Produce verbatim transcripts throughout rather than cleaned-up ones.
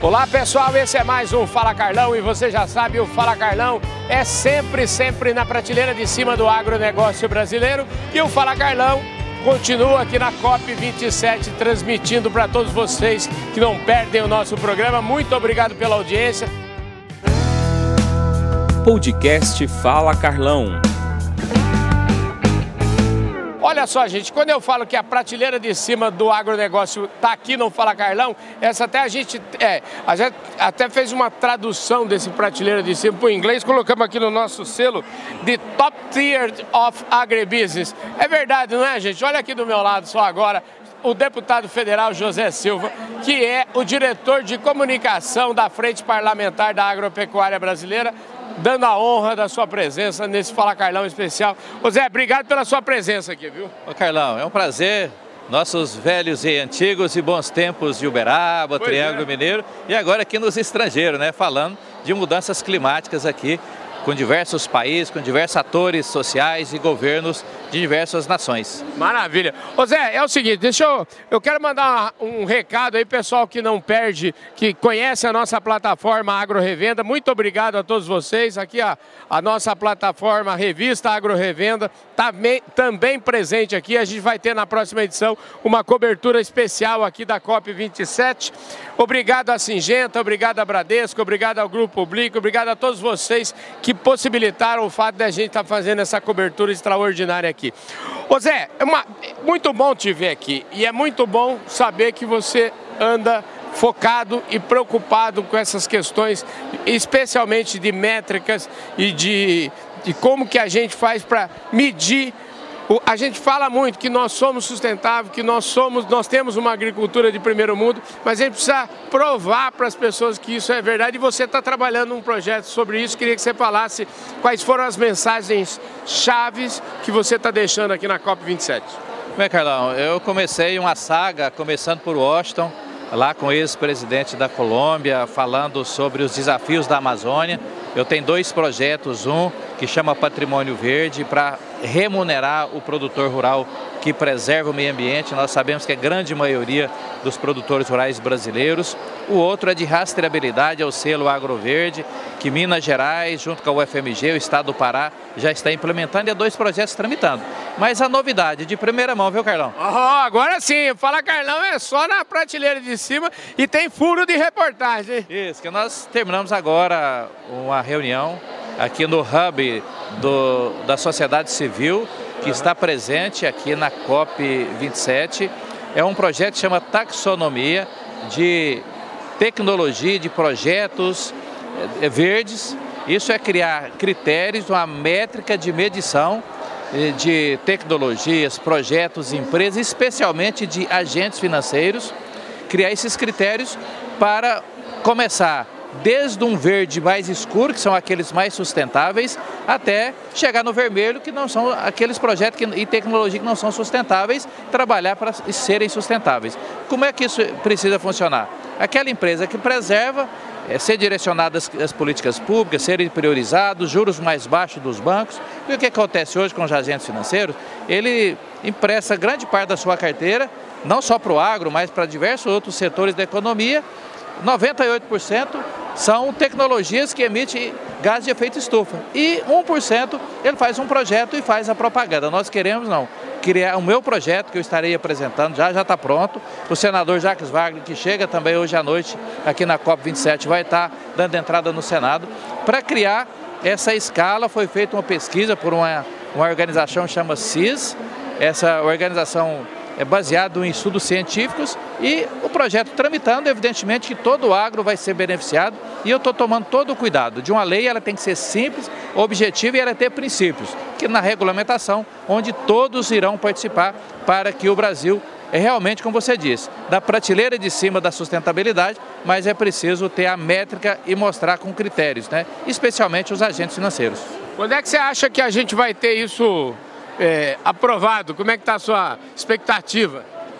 Olá pessoal, esse é mais um Fala Carlão e você já sabe, o Fala Carlão é sempre, sempre na prateleira de cima do agronegócio brasileiro e o Fala Carlão continua aqui na COP vinte e sete transmitindo para todos vocês que não perdem o nosso programa. Muito obrigado pela audiência. Podcast Fala Carlão. Olha só, gente, quando eu falo que a prateleira de cima do agronegócio está aqui no Fala Carlão, essa até a gente, é, a gente até fez uma tradução desse prateleira de cima para o inglês, colocamos aqui no nosso selo de Top Tier of Agribusiness. É verdade, não é, gente? Olha aqui do meu lado só agora o deputado federal José Silva, que é o diretor de comunicação da Frente Parlamentar da Agropecuária Brasileira, dando a honra da sua presença nesse Fala Carlão especial. Ô Zé, obrigado pela sua presença aqui, viu? Ô Carlão, é um prazer. Nossos velhos e antigos e bons tempos de Uberaba, pois Triângulo é. Mineiro e agora aqui nos estrangeiros, né? Falando de mudanças climáticas aqui com diversos países, com diversos atores sociais e governos de diversas nações. Maravilha. Ô Zé, é o seguinte, deixa eu... Eu quero mandar um recado aí, pessoal que não perde, que conhece a nossa plataforma Agro Revenda. Muito obrigado a todos vocês. Aqui a, a nossa plataforma Revista Agro Revenda também, também presente aqui. A gente vai ter na próxima edição uma cobertura especial aqui da COP vinte e sete. Obrigado à Singenta, obrigado à Bradesco, obrigado ao Grupo Public, obrigado a todos vocês que possibilitaram o fato de a gente estar fazendo essa cobertura extraordinária aqui. Ô Zé, é uma, muito bom te ver aqui e é muito bom saber que você anda focado e preocupado com essas questões, especialmente de métricas e de, de como que a gente faz para medir. A gente fala muito que nós somos sustentáveis, que nós somos, nós temos uma agricultura de primeiro mundo, mas a gente precisa provar para as pessoas que isso é verdade e você está trabalhando num projeto sobre isso. Queria que você falasse quais foram as mensagens chaves que você está deixando aqui na COP vinte e sete. Bem, Carlão, eu comecei uma saga, começando por Washington, lá com o ex-presidente da Colômbia, falando sobre os desafios da Amazônia. Eu tenho dois projetos, um que chama Patrimônio Verde, para remunerar o produtor rural que preserva o meio ambiente. Nós sabemos que a grande maioria dos produtores rurais brasileiros. O outro é de rastreabilidade, é o selo Agroverde, que Minas Gerais, junto com a U F M G, o Estado do Pará, já está implementando e há dois projetos tramitando. Mas a novidade de primeira mão, viu, Carlão? Oh, agora sim, Fala Carlão é só na prateleira de cima e tem furo de reportagem. Isso, que nós terminamos agora uma reunião aqui no Hub do, da sociedade civil, que uhum. está presente aqui na COP vinte e sete. É um projeto que chama Taxonomia de Tecnologia, de Projetos é, Verdes. Isso é criar critérios, uma métrica de medição de tecnologias, projetos, empresas, especialmente de agentes financeiros, criar esses critérios para começar desde um verde mais escuro, que são aqueles mais sustentáveis, até chegar no vermelho, que não são aqueles projetos que, e tecnologia que não são sustentáveis, trabalhar para serem sustentáveis. Como é que isso precisa funcionar? Aquela empresa que preserva, é, ser direcionadas as políticas públicas, serem priorizados, juros mais baixos dos bancos. E o que acontece hoje com os agentes financeiros? Ele empresta grande parte da sua carteira, não só para o agro, mas para diversos outros setores da economia. noventa e oito por cento são tecnologias que emitem gás de efeito estufa. E um por cento ele faz um projeto e faz a propaganda. Nós queremos, não, criar o meu projeto que eu estarei apresentando, já já está pronto. O senador Jacques Wagner, que chega também hoje à noite aqui na COP vinte e sete, vai estar dando entrada no Senado. Para criar essa escala, foi feita uma pesquisa por uma, uma organização que chama C I S. Essa organização é baseado em estudos científicos e o projeto tramitando, evidentemente que todo o agro vai ser beneficiado e eu estou tomando todo o cuidado. De uma lei ela tem que ser simples, objetiva e ela ter princípios, que na regulamentação, onde todos irão participar para que o Brasil, é realmente, como você disse, da prateleira de cima da sustentabilidade, mas é preciso ter a métrica e mostrar com critérios, né? Especialmente os agentes financeiros. Quando é que você acha que a gente vai ter isso É, aprovado? Como é que está a sua expectativa?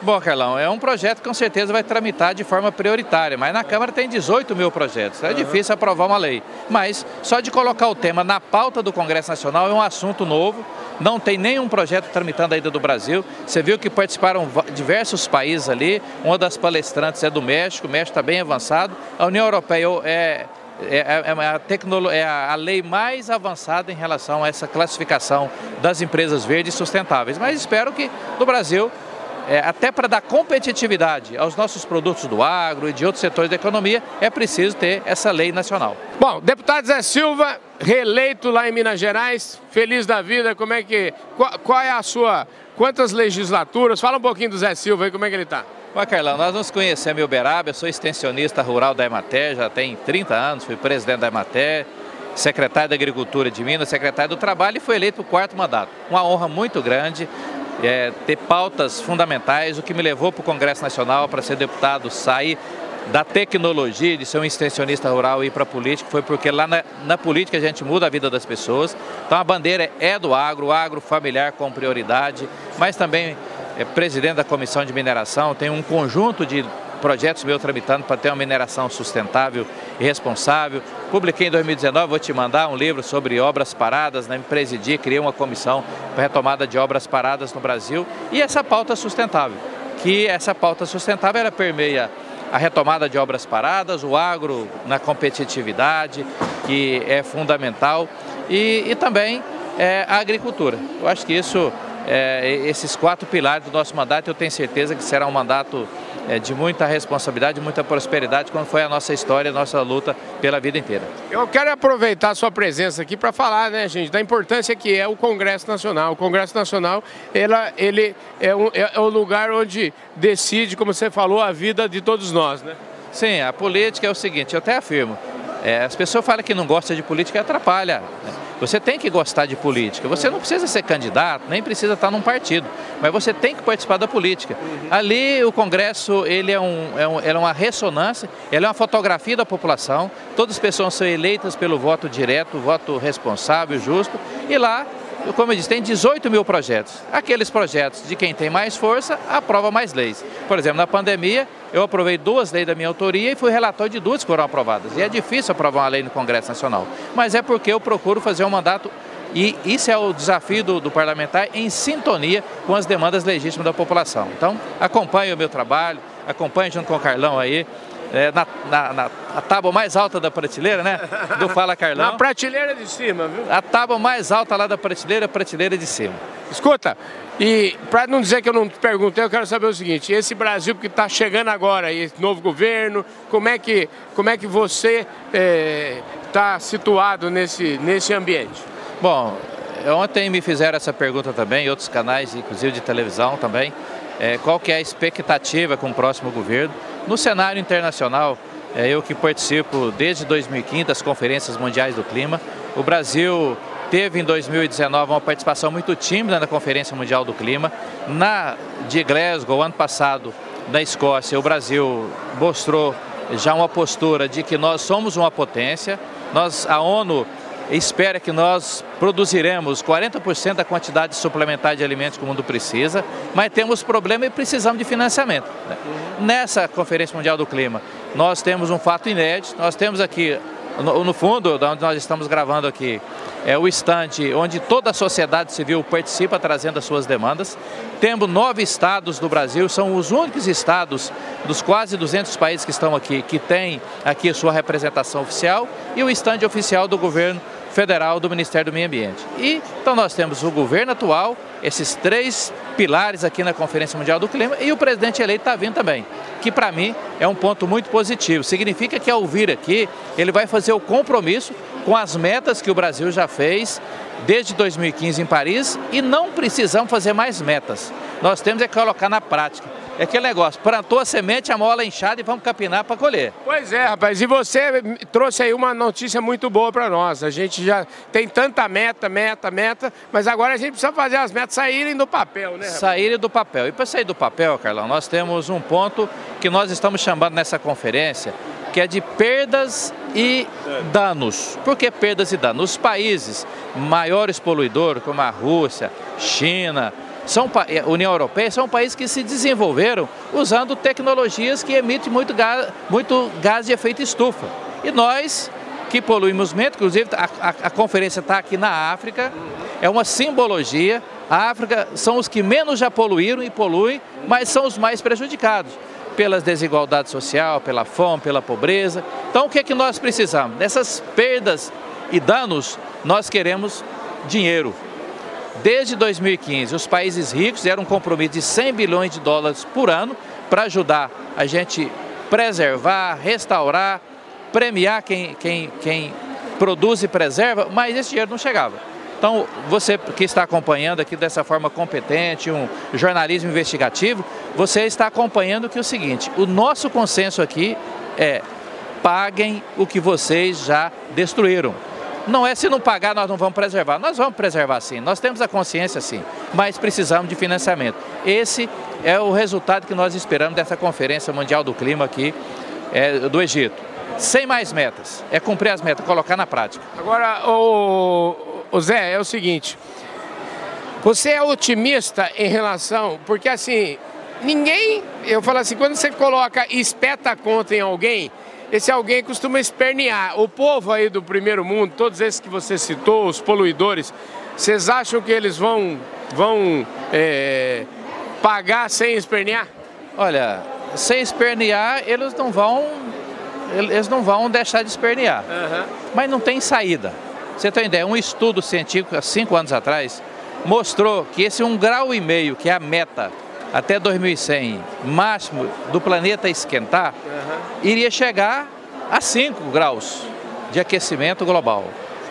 Bom, Carlão, é um projeto que com certeza vai tramitar de forma prioritária, mas na Câmara tem dezoito mil projetos, é uhum. difícil aprovar uma lei. Mas só de colocar o tema na pauta do Congresso Nacional é um assunto novo, não tem nenhum projeto tramitando ainda do Brasil. Você viu que participaram diversos países ali, uma das palestrantes é do México, o México está bem avançado, a União Europeia é... É, é, a tecnolo... é a lei mais avançada em relação a essa classificação das empresas verdes sustentáveis. Mas espero que no Brasil, é, até para dar competitividade aos nossos produtos do agro e de outros setores da economia, é preciso ter essa lei nacional. Bom, deputado Zé Silva, reeleito lá em Minas Gerais, feliz da vida, como é que... Qual, qual é a sua... Quantas legislaturas? Fala um pouquinho do Zé Silva aí, como é que ele está? Bom, Carlão, nós nos conhecemos em Uberaba, eu sou extensionista rural da Emater, já tem trinta anos, fui presidente da Emater, secretário da Agricultura de Minas, secretário do Trabalho e fui eleito para o quarto mandato. Uma honra muito grande é, ter pautas fundamentais, o que me levou para o Congresso Nacional para ser deputado, sair da tecnologia, de ser um extensionista rural e ir para a política, foi porque lá na, na política a gente muda a vida das pessoas. Então a bandeira é do agro, o agro familiar com prioridade, mas também é presidente da Comissão de Mineração, tem um conjunto de projetos meus tramitando para ter uma mineração sustentável e responsável. Publiquei em dois mil e dezenove, vou te mandar um livro sobre obras paradas, né? Me presidi, criei uma comissão para retomada de obras paradas no Brasil e essa pauta sustentável, que essa pauta sustentável ela permeia a retomada de obras paradas, o agro na competitividade, que é fundamental, e, e também é, a agricultura. Eu acho que isso... É, esses quatro pilares do nosso mandato, eu tenho certeza que será um mandato é, de muita responsabilidade, muita prosperidade, como foi a nossa história, a nossa luta pela vida inteira. Eu quero aproveitar a sua presença aqui para falar, né, gente, da importância que é o Congresso Nacional. O Congresso Nacional, ela, ele é, um, é o lugar onde decide, como você falou, a vida de todos nós, né? Sim, a política é o seguinte, eu até afirmo, é, as pessoas falam que não gostam de política e atrapalha, né? Você tem que gostar de política, você não precisa ser candidato, nem precisa estar num partido, mas você tem que participar da política. Ali o Congresso, ele é, um, é, um, é uma ressonância, ele é uma fotografia da população, todas as pessoas são eleitas pelo voto direto, voto responsável, justo, e lá, como eu disse, tem dezoito mil projetos. Aqueles projetos de quem tem mais força, aprova mais leis. Por exemplo, na pandemia, eu aprovei duas leis da minha autoria e fui relator de duas que foram aprovadas. E é difícil aprovar uma lei no Congresso Nacional, mas é porque eu procuro fazer um mandato, e isso é o desafio do, do parlamentar, em sintonia com as demandas legítimas da população. Então, acompanhe o meu trabalho, acompanhe junto com o Carlão aí, É, na, na, na a tábua mais alta da prateleira, né? Do Fala Carlão. Na prateleira de cima, viu? A tábua mais alta lá da prateleira, a prateleira de cima. Escuta, e para não dizer que eu não te perguntei, eu quero saber o seguinte, esse Brasil que está chegando agora, esse novo governo, como é que, como é que você está é, situado nesse, nesse ambiente? Bom, ontem me fizeram essa pergunta também, em outros canais, inclusive de televisão também, é, qual que é a expectativa com o próximo governo? No cenário internacional, é, eu que participo desde dois mil e quinze das conferências mundiais do clima, o Brasil teve em dois mil e dezenove uma participação muito tímida na Conferência Mundial do Clima. Na de Glasgow, ano passado, na Escócia, o Brasil mostrou já uma postura de que nós somos uma potência, nós, a ONU espera que nós produziremos quarenta por cento da quantidade suplementar de alimentos que o mundo precisa, mas temos problema e precisamos de financiamento, né? Nessa Conferência Mundial do Clima, nós temos um fato inédito, nós temos aqui, no, no fundo, onde nós estamos gravando aqui, é o estande onde toda a sociedade civil participa trazendo as suas demandas. Temos nove estados do Brasil, são os únicos estados dos quase duzentos países que estão aqui, que têm aqui a sua representação oficial e o estande oficial do governo federal do Ministério do Meio Ambiente. E então nós temos o governo atual, esses três pilares aqui na Conferência Mundial do Clima e o presidente eleito está vindo também, que para mim é um ponto muito positivo. Significa que ao vir aqui, ele vai fazer o compromisso com as metas que o Brasil já fez desde dois mil e quinze em Paris e não precisamos fazer mais metas. Nós temos é que colocar na prática. É aquele negócio, plantou a semente, a mola inchada e vamos capinar para colher. Pois é, rapaz, e você trouxe aí uma notícia muito boa para nós. A gente já tem tanta meta, meta, meta, mas agora a gente precisa fazer as metas saírem do papel, né, rapaz? Saírem do papel. E para sair do papel, Carlão, nós temos um ponto que nós estamos chamando nessa conferência, que é de perdas e danos. Por que perdas e danos? Os países maiores poluidores, como a Rússia, China, são, União Europeia, são países que se desenvolveram usando tecnologias que emitem muito gás, muito gás de efeito estufa. E nós, que poluímos menos, inclusive a, a, a conferência está aqui na África, é uma simbologia. A África são os que menos já poluíram e poluem, mas são os mais prejudicados pela desigualdade social, pela fome, pela pobreza. Então o que é que nós precisamos? Dessas perdas e danos, nós queremos dinheiro. Desde dois mil e quinze, os países ricos deram um compromisso de cem bilhões de dólares por ano para ajudar a gente preservar, restaurar, premiar quem, quem, quem produz e preserva, mas esse dinheiro não chegava. Então, você que está acompanhando aqui dessa forma competente, um jornalismo investigativo, você está acompanhando que é o seguinte, o nosso consenso aqui é paguem o que vocês já destruíram. Não é se não pagar nós não vamos preservar, nós vamos preservar sim, nós temos a consciência sim, mas precisamos de financiamento. Esse é o resultado que nós esperamos dessa Conferência Mundial do Clima aqui é, do Egito. Sem mais metas, é cumprir as metas, colocar na prática. Agora, o, o Zé, é o seguinte, você é otimista em relação, porque assim, ninguém, eu falo assim, quando você coloca, espeta a conta em alguém, esse alguém costuma espernear. O povo aí do primeiro mundo, todos esses que você citou, os poluidores, vocês acham que eles vão, vão é, pagar sem espernear? Olha, sem espernear, eles não vão, eles não vão deixar de espernear. Uhum. Mas não tem saída. Você tem ideia, um estudo científico há cinco anos atrás mostrou que esse um grau e meio, que é a meta até dois mil e cem, máximo do planeta esquentar, uhum, iria chegar a cinco graus de aquecimento global.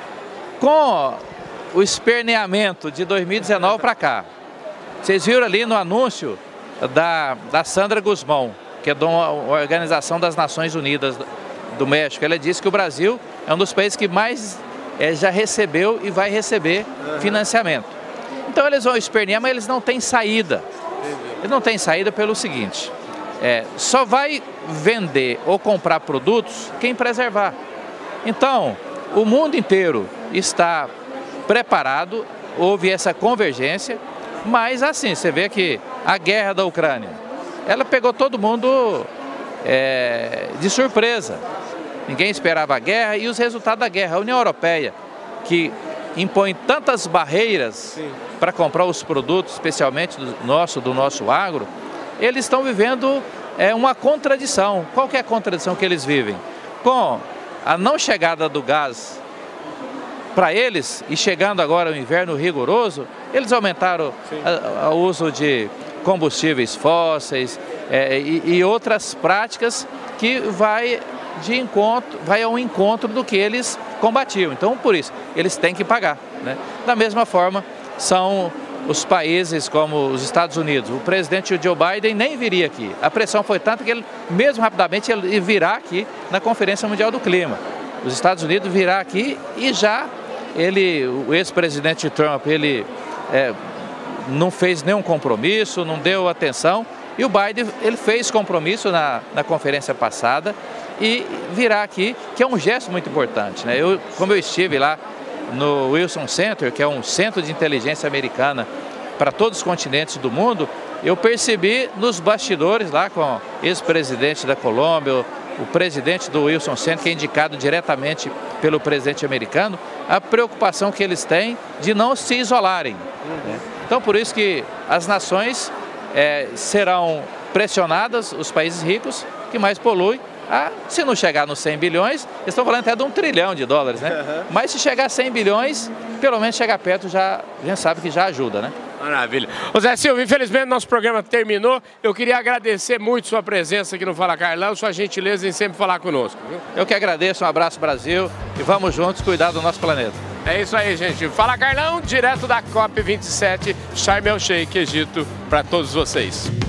Com o esperneamento de dois mil e dezenove para cá, vocês viram ali no anúncio da, da Sandra Guzmão, que é da Organização das Nações Unidas do México, ela disse que o Brasil é um dos países que mais é, já recebeu e vai receber uhum. financiamento. Então eles vão espernear, mas eles não têm saída. Eles não têm saída pelo seguinte, é, só vai vender ou comprar produtos quem preservar. Então, o mundo inteiro está preparado, houve essa convergência, mas assim, você vê que a guerra da Ucrânia, ela pegou todo mundo é, de surpresa. Ninguém esperava a guerra e os resultados da guerra. A União Europeia, que impõe tantas barreiras para comprar os produtos, especialmente do nosso, do nosso agro, eles estão vivendo é, uma contradição. Qual que é a contradição que eles vivem? Com a não chegada do gás para eles, e chegando agora o inverno rigoroso, eles aumentaram o uso de combustíveis fósseis é, e, e outras práticas que vai de encontro, vai ao encontro do que eles combatiam. Então, por isso, eles têm que pagar, né? Da mesma forma, são os países como os Estados Unidos. O presidente Joe Biden nem viria aqui. A pressão foi tanta que ele, mesmo rapidamente, ele virá aqui na Conferência Mundial do Clima. Os Estados Unidos virá aqui e já ele, o ex-presidente Trump, ele é, não fez nenhum compromisso, não deu atenção. E o Biden, ele fez compromisso na, na conferência passada e virá aqui, que é um gesto muito importante, né? Eu, como eu estive lá no Wilson Center, que é um centro de inteligência americana para todos os continentes do mundo, eu percebi nos bastidores lá com o ex-presidente da Colômbia, o presidente do Wilson Center, que é indicado diretamente pelo presidente americano, a preocupação que eles têm de não se isolarem, né? Então, por isso que as nações é, serão pressionadas, os países ricos, que mais poluem, a, se não chegar nos cem bilhões, eles estão falando até de um trilhão de dólares, né? Uhum. Mas se chegar a cem bilhões, pelo menos chegar perto, já, a gente sabe que já ajuda, né? Maravilha. Ô Zé Silva, infelizmente nosso programa terminou. Eu queria agradecer muito sua presença aqui no Fala Carlão, sua gentileza em sempre falar conosco, viu? Eu que agradeço, um abraço Brasil e vamos juntos cuidar do nosso planeta. É isso aí, gente. Fala Carlão, direto da COP vinte e sete, Sharm el Sheikh, Egito, para todos vocês.